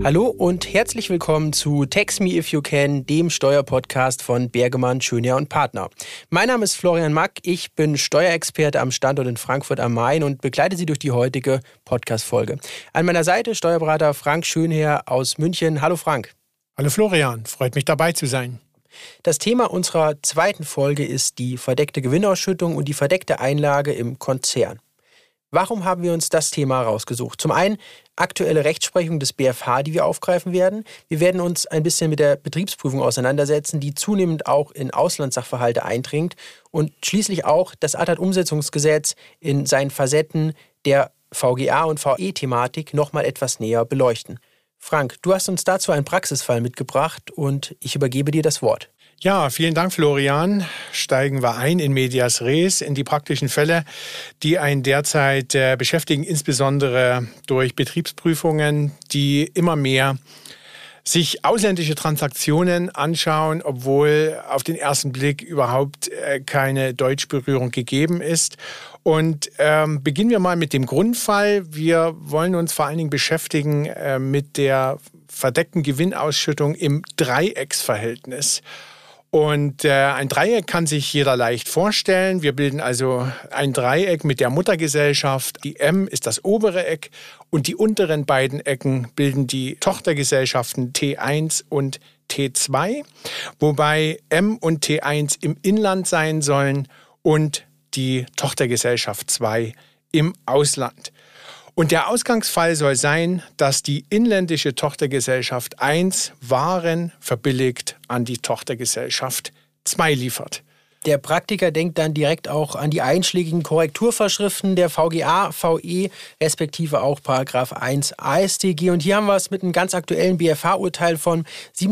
Hallo und herzlich willkommen zu Tax Me If You Can, dem Steuerpodcast von Bergemann, Schönherr und Partner. Mein Name ist Florian Mack, ich bin Steuerexperte am Standort in Frankfurt am Main und begleite Sie durch die heutige Podcast-Folge. An meiner Seite Steuerberater Frank Schönherr aus München. Hallo Frank. Hallo Florian, freut mich dabei zu sein. Das Thema unserer zweiten Folge ist die verdeckte Gewinnausschüttung und die verdeckte Einlage im Konzern. Warum haben wir uns das Thema rausgesucht? Zum einen aktuelle Rechtsprechung des BfH, die wir aufgreifen werden. Wir werden uns ein bisschen mit der Betriebsprüfung auseinandersetzen, die zunehmend auch in Auslandssachverhalte eindringt. Und schließlich auch das ATAD-Umsetzungsgesetz in seinen Facetten der VGA- und VE-Thematik nochmal etwas näher beleuchten. Frank, du hast uns dazu einen Praxisfall mitgebracht und ich übergebe dir das Wort. Ja, vielen Dank, Florian. Steigen wir ein in medias res, in die praktischen Fälle, die einen derzeit beschäftigen, insbesondere durch Betriebsprüfungen, die immer mehr sich ausländische Transaktionen anschauen, obwohl auf den ersten Blick überhaupt keine Deutschberührung gegeben ist. Und beginnen wir mal mit dem Grundfall. Wir wollen uns vor allen Dingen beschäftigen mit der verdeckten Gewinnausschüttung im Dreiecksverhältnis. Und ein Dreieck kann sich jeder leicht vorstellen. Wir bilden also ein Dreieck mit der Muttergesellschaft. Die M ist das obere Eck und die unteren beiden Ecken bilden die Tochtergesellschaften T1 und T2, wobei M und T1 im Inland sein sollen und die Tochtergesellschaft 2 im Ausland. Und der Ausgangsfall soll sein, dass die inländische Tochtergesellschaft 1 Waren verbilligt an die Tochtergesellschaft 2 liefert. Der Praktiker denkt dann direkt auch an die einschlägigen Korrekturvorschriften der VGA, VE, respektive auch Paragraph 1 AStG. Und hier haben wir es mit einem ganz aktuellen BfH-Urteil vom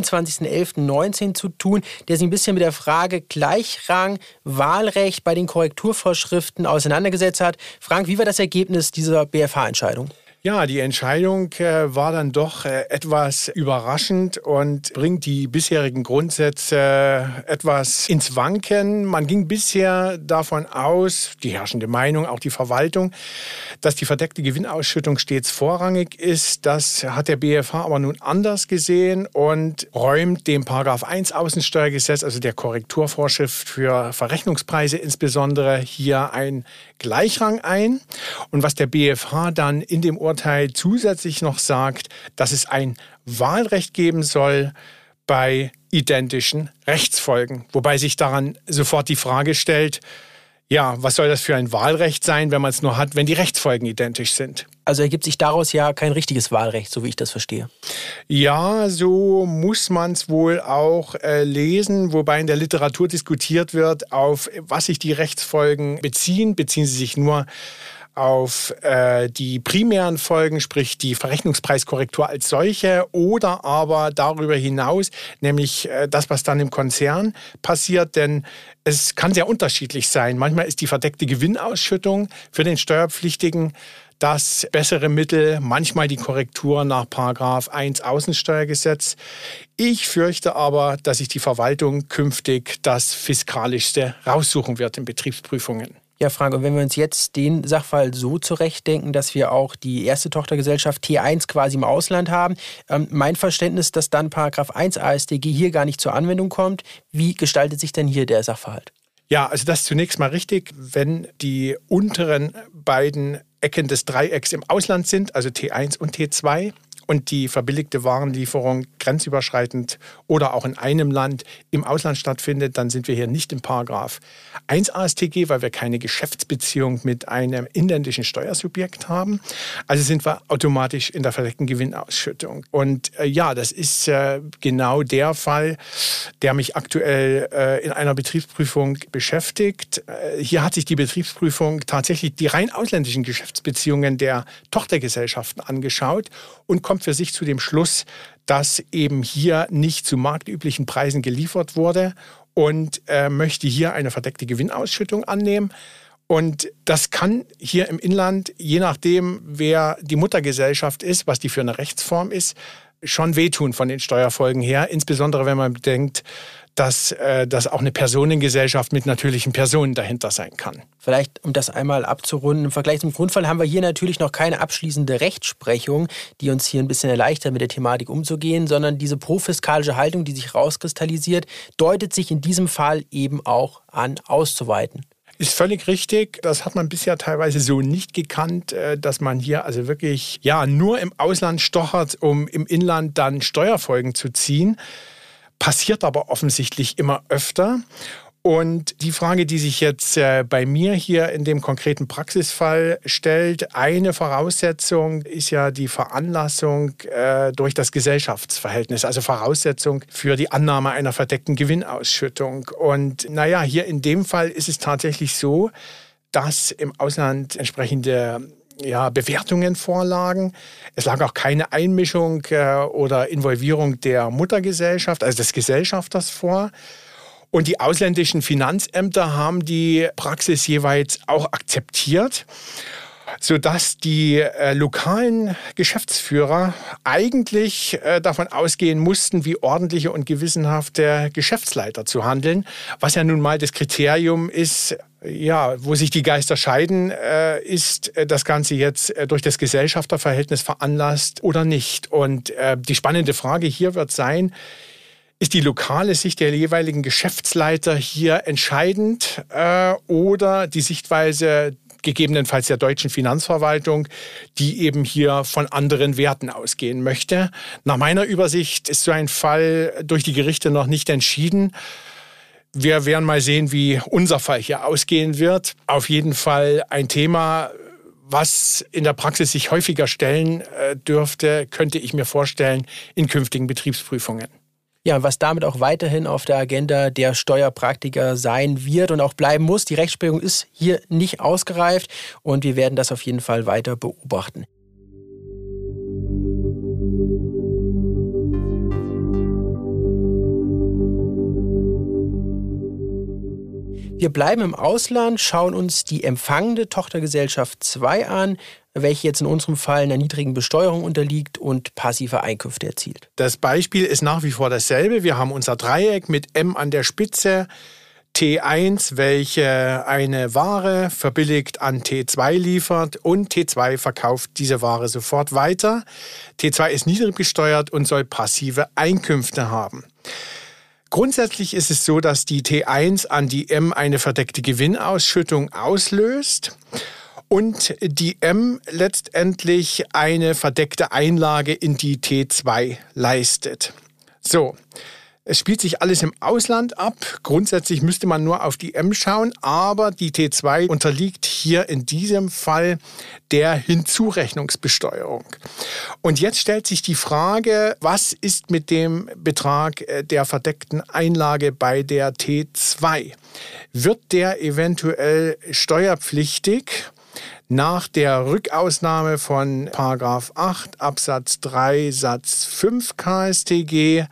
27.11.19 zu tun, der sich ein bisschen mit der Frage Gleichrang, Wahlrecht bei den Korrekturvorschriften auseinandergesetzt hat. Frank, wie war das Ergebnis dieser BfH-Entscheidung? Ja, die Entscheidung war dann doch etwas überraschend und bringt die bisherigen Grundsätze etwas ins Wanken. Man ging bisher davon aus, die herrschende Meinung, auch die Verwaltung, dass die verdeckte Gewinnausschüttung stets vorrangig ist. Das hat der BfH aber nun anders gesehen und räumt dem Paragraph 1 Außensteuergesetz, also der Korrekturvorschrift für Verrechnungspreise insbesondere, hier ein Gleichrang ein. Und was der BfH dann in dem Urteil zusätzlich noch sagt, dass es ein Wahlrecht geben soll bei identischen Rechtsfolgen. Wobei sich daran sofort die Frage stellt, ja, was soll das für ein Wahlrecht sein, wenn man es nur hat, wenn die Rechtsfolgen identisch sind? Also ergibt sich daraus ja kein richtiges Wahlrecht, so wie ich das verstehe. Ja, so muss man es wohl auch lesen, wobei in der Literatur diskutiert wird, auf was sich die Rechtsfolgen beziehen. Beziehen sie sich nur auf die primären Folgen, sprich die Verrechnungspreiskorrektur als solche, oder aber darüber hinaus, nämlich das, was dann im Konzern passiert, denn es kann sehr unterschiedlich sein. Manchmal ist die verdeckte Gewinnausschüttung für den Steuerpflichtigen das bessere Mittel, manchmal die Korrektur nach Paragraph 1 Außensteuergesetz. Ich fürchte aber, dass sich die Verwaltung künftig das Fiskalischste raussuchen wird in Betriebsprüfungen. Ja, Frank, und wenn wir uns jetzt den Sachverhalt so zurechtdenken, dass wir auch die erste Tochtergesellschaft T1 quasi im Ausland haben, mein Verständnis, dass dann Paragraph 1 AStG hier gar nicht zur Anwendung kommt, wie gestaltet sich denn hier der Sachverhalt? Ja, also das ist zunächst mal richtig, wenn die unteren beiden Ecken des Dreiecks im Ausland sind, also T1 und T2, und die verbilligte Warenlieferung grenzüberschreitend oder auch in einem Land im Ausland stattfindet, dann sind wir hier nicht im Paragraph 1 AStG, weil wir keine Geschäftsbeziehung mit einem inländischen Steuersubjekt haben. Also sind wir automatisch in der verdeckten Gewinnausschüttung. Und ja, das ist genau der Fall, der mich aktuell in einer Betriebsprüfung beschäftigt. Hier hat sich die Betriebsprüfung tatsächlich die rein ausländischen Geschäftsbeziehungen der Tochtergesellschaften angeschaut und kommt für sich zu dem Schluss, dass eben hier nicht zu marktüblichen Preisen geliefert wurde und möchte hier eine verdeckte Gewinnausschüttung annehmen. Und das kann hier im Inland, je nachdem, wer die Muttergesellschaft ist, was die für eine Rechtsform ist, schon wehtun von den Steuerfolgen her. Insbesondere wenn man bedenkt, dass auch eine Personengesellschaft mit natürlichen Personen dahinter sein kann. Vielleicht, um das einmal abzurunden, im Vergleich zum Grundfall haben wir hier natürlich noch keine abschließende Rechtsprechung, die uns hier ein bisschen erleichtert, mit der Thematik umzugehen, sondern diese profiskalische Haltung, die sich rauskristallisiert, deutet sich in diesem Fall eben auch an, auszuweiten. Ist völlig richtig. Das hat man bisher teilweise so nicht gekannt, dass man hier also wirklich nur im Ausland stochert, um im Inland dann Steuerfolgen zu ziehen. Passiert aber offensichtlich immer öfter. Und die Frage, die sich jetzt bei mir hier in dem konkreten Praxisfall stellt, eine Voraussetzung ist ja die Veranlassung durch das Gesellschaftsverhältnis, also Voraussetzung für die Annahme einer verdeckten Gewinnausschüttung. Und hier in dem Fall ist es tatsächlich so, dass im Ausland entsprechende Bewertungen vorlagen. Es lag auch keine Einmischung oder Involvierung der Muttergesellschaft, also des Gesellschafters vor. Und die ausländischen Finanzämter haben die Praxis jeweils auch akzeptiert, sodass die lokalen Geschäftsführer eigentlich davon ausgehen mussten, wie ordentliche und gewissenhafte Geschäftsleiter zu handeln, was ja nun mal das Kriterium ist, wo sich die Geister scheiden, ist das Ganze jetzt durch das Gesellschafterverhältnis veranlasst oder nicht. Und die spannende Frage hier wird sein, ist die lokale Sicht der jeweiligen Geschäftsleiter hier entscheidend oder die Sichtweise gegebenenfalls der deutschen Finanzverwaltung, die eben hier von anderen Werten ausgehen möchte? Nach meiner Übersicht ist so ein Fall durch die Gerichte noch nicht entschieden. Wir werden mal sehen, wie unser Fall hier ausgehen wird. Auf jeden Fall ein Thema, was in der Praxis sich häufiger stellen dürfte, könnte ich mir vorstellen, in künftigen Betriebsprüfungen. Ja, und was damit auch weiterhin auf der Agenda der Steuerpraktiker sein wird und auch bleiben muss. Die Rechtsprechung ist hier nicht ausgereift und wir werden das auf jeden Fall weiter beobachten. Wir bleiben im Ausland, schauen uns die empfangende Tochtergesellschaft 2 an, welche jetzt in unserem Fall einer niedrigen Besteuerung unterliegt und passive Einkünfte erzielt. Das Beispiel ist nach wie vor dasselbe. Wir haben unser Dreieck mit M an der Spitze, T1, welche eine Ware verbilligt an T2 liefert und T2 verkauft diese Ware sofort weiter. T2 ist niedrig besteuert und soll passive Einkünfte haben. Grundsätzlich ist es so, dass die T1 an die M eine verdeckte Gewinnausschüttung auslöst und die M letztendlich eine verdeckte Einlage in die T2 leistet. So, es spielt sich alles im Ausland ab. Grundsätzlich müsste man nur auf die M schauen, aber die T2 unterliegt hier in diesem Fall der Hinzurechnungsbesteuerung. Und jetzt stellt sich die Frage, was ist mit dem Betrag der verdeckten Einlage bei der T2? Wird der eventuell steuerpflichtig nach der Rückausnahme von § 8 Absatz 3 Satz 5 KStG?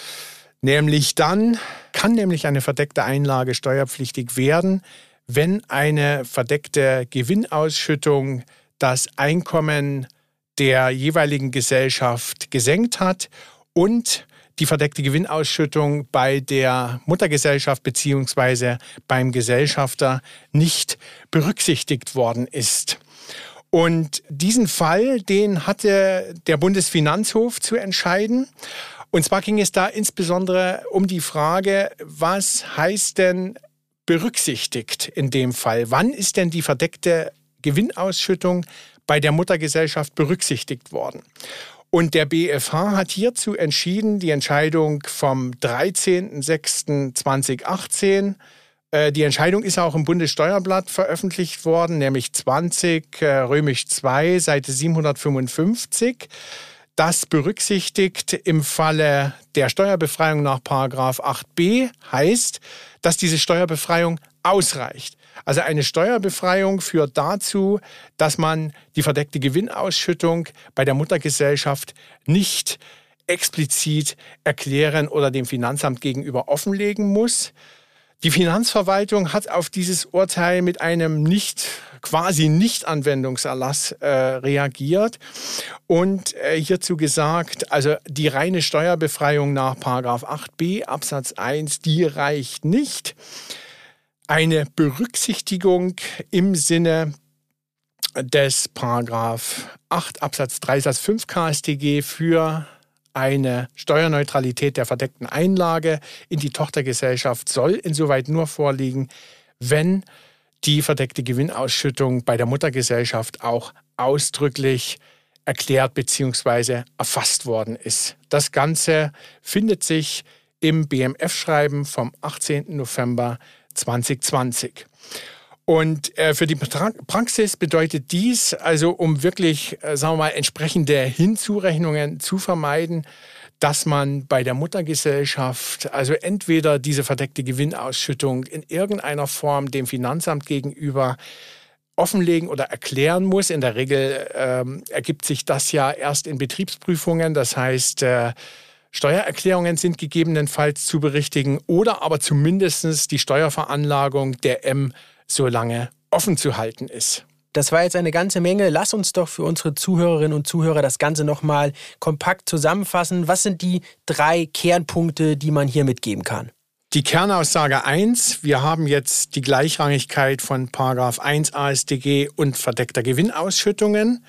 Nämlich dann kann nämlich eine verdeckte Einlage steuerpflichtig werden, wenn eine verdeckte Gewinnausschüttung das Einkommen der jeweiligen Gesellschaft gesenkt hat und die verdeckte Gewinnausschüttung bei der Muttergesellschaft bzw. beim Gesellschafter nicht berücksichtigt worden ist. Und diesen Fall, den hatte der Bundesfinanzhof zu entscheiden. Und zwar ging es da insbesondere um die Frage, was heißt denn berücksichtigt in dem Fall? Wann ist denn die verdeckte Gewinnausschüttung bei der Muttergesellschaft berücksichtigt worden? Und der BfH hat hierzu entschieden, die Entscheidung vom 13.06.2018. Die Entscheidung ist auch im Bundessteuerblatt veröffentlicht worden, nämlich 20 Römisch 2, Seite 755. Das berücksichtigt im Falle der Steuerbefreiung nach § 8b heißt, dass diese Steuerbefreiung ausreicht. Also eine Steuerbefreiung führt dazu, dass man die verdeckte Gewinnausschüttung bei der Muttergesellschaft nicht explizit erklären oder dem Finanzamt gegenüber offenlegen muss. Die Finanzverwaltung hat auf dieses Urteil mit einem quasi Nichtanwendungserlass reagiert und hierzu gesagt, also die reine Steuerbefreiung nach § 8b Absatz 1, die reicht nicht. Eine Berücksichtigung im Sinne des § 8 Absatz 3 Satz 5 KStG für eine Steuerneutralität der verdeckten Einlage in die Tochtergesellschaft soll insoweit nur vorliegen, wenn die verdeckte Gewinnausschüttung bei der Muttergesellschaft auch ausdrücklich erklärt bzw. erfasst worden ist. Das Ganze findet sich im BMF-Schreiben vom 18. November 2020. Und für die Praxis bedeutet dies, also um wirklich, sagen wir mal, entsprechende Hinzurechnungen zu vermeiden, dass man bei der Muttergesellschaft also entweder diese verdeckte Gewinnausschüttung in irgendeiner Form dem Finanzamt gegenüber offenlegen oder erklären muss. In der Regel ergibt sich das ja erst in Betriebsprüfungen. Das heißt, Steuererklärungen sind gegebenenfalls zu berichtigen oder aber zumindest die Steuerveranlagung der M so lange offen zu halten ist. Das war jetzt eine ganze Menge. Lass uns doch für unsere Zuhörerinnen und Zuhörer das Ganze nochmal kompakt zusammenfassen. Was sind die 3 Kernpunkte, die man hier mitgeben kann? Die Kernaussage 1, wir haben jetzt die Gleichrangigkeit von § 1 AStG und verdeckter Gewinnausschüttungen.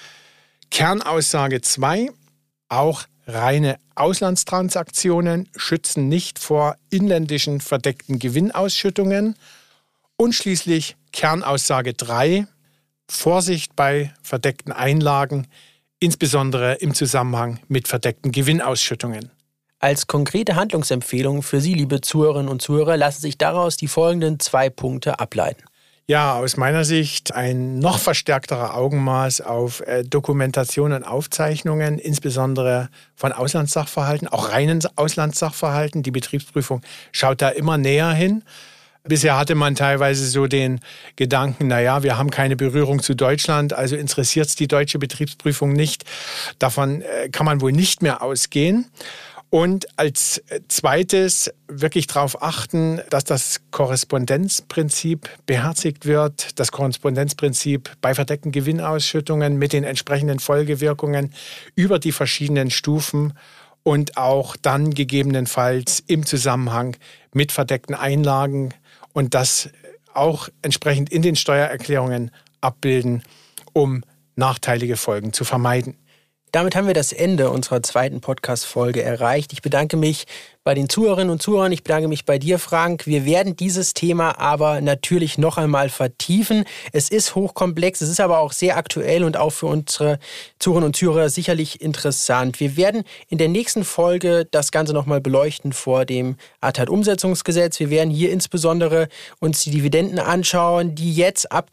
Kernaussage 2, auch reine Auslandstransaktionen schützen nicht vor inländischen verdeckten Gewinnausschüttungen. Und schließlich Kernaussage 3, Vorsicht bei verdeckten Einlagen, insbesondere im Zusammenhang mit verdeckten Gewinnausschüttungen. Als konkrete Handlungsempfehlung für Sie, liebe Zuhörerinnen und Zuhörer, lassen sich daraus die folgenden 2 Punkte ableiten. Ja, aus meiner Sicht ein noch verstärkterer Augenmaß auf Dokumentation und Aufzeichnungen, insbesondere von Auslandssachverhalten, auch reinen Auslandssachverhalten. Die Betriebsprüfung schaut da immer näher hin. Bisher hatte man teilweise so den Gedanken, naja, wir haben keine Berührung zu Deutschland, also interessiert es die deutsche Betriebsprüfung nicht. Davon kann man wohl nicht mehr ausgehen. Und als zweites wirklich darauf achten, dass das Korrespondenzprinzip beherzigt wird. Das Korrespondenzprinzip bei verdeckten Gewinnausschüttungen mit den entsprechenden Folgewirkungen über die verschiedenen Stufen und auch dann gegebenenfalls im Zusammenhang mit verdeckten Einlagen und das auch entsprechend in den Steuererklärungen abbilden, um nachteilige Folgen zu vermeiden. Damit haben wir das Ende unserer 2. Podcast-Folge erreicht. Ich bedanke mich bei den Zuhörerinnen und Zuhörern. Ich bedanke mich bei dir, Frank. Wir werden dieses Thema aber natürlich noch einmal vertiefen. Es ist hochkomplex, es ist aber auch sehr aktuell und auch für unsere Zuhörerinnen und Zuhörer sicherlich interessant. Wir werden in der nächsten Folge das Ganze noch mal beleuchten vor dem ATAD-Umsetzungsgesetz. Wir werden hier insbesondere uns die Dividenden anschauen, die jetzt ab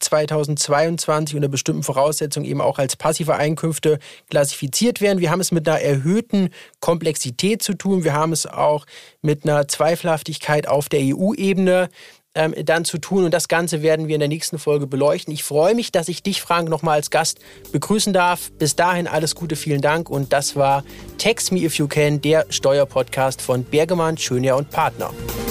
2022 unter bestimmten Voraussetzungen eben auch als passive Einkünfte klassifiziert werden. Wir haben es mit einer erhöhten Komplexität zu tun. Wir haben es auch mit einer Zweifelhaftigkeit auf der EU-Ebene dann zu tun. Und das Ganze werden wir in der nächsten Folge beleuchten. Ich freue mich, dass ich dich, Frank, nochmal als Gast begrüßen darf. Bis dahin alles Gute, vielen Dank. Und das war Tax Me If You Can, der Steuerpodcast von Bergemann, Schönherr und Partner.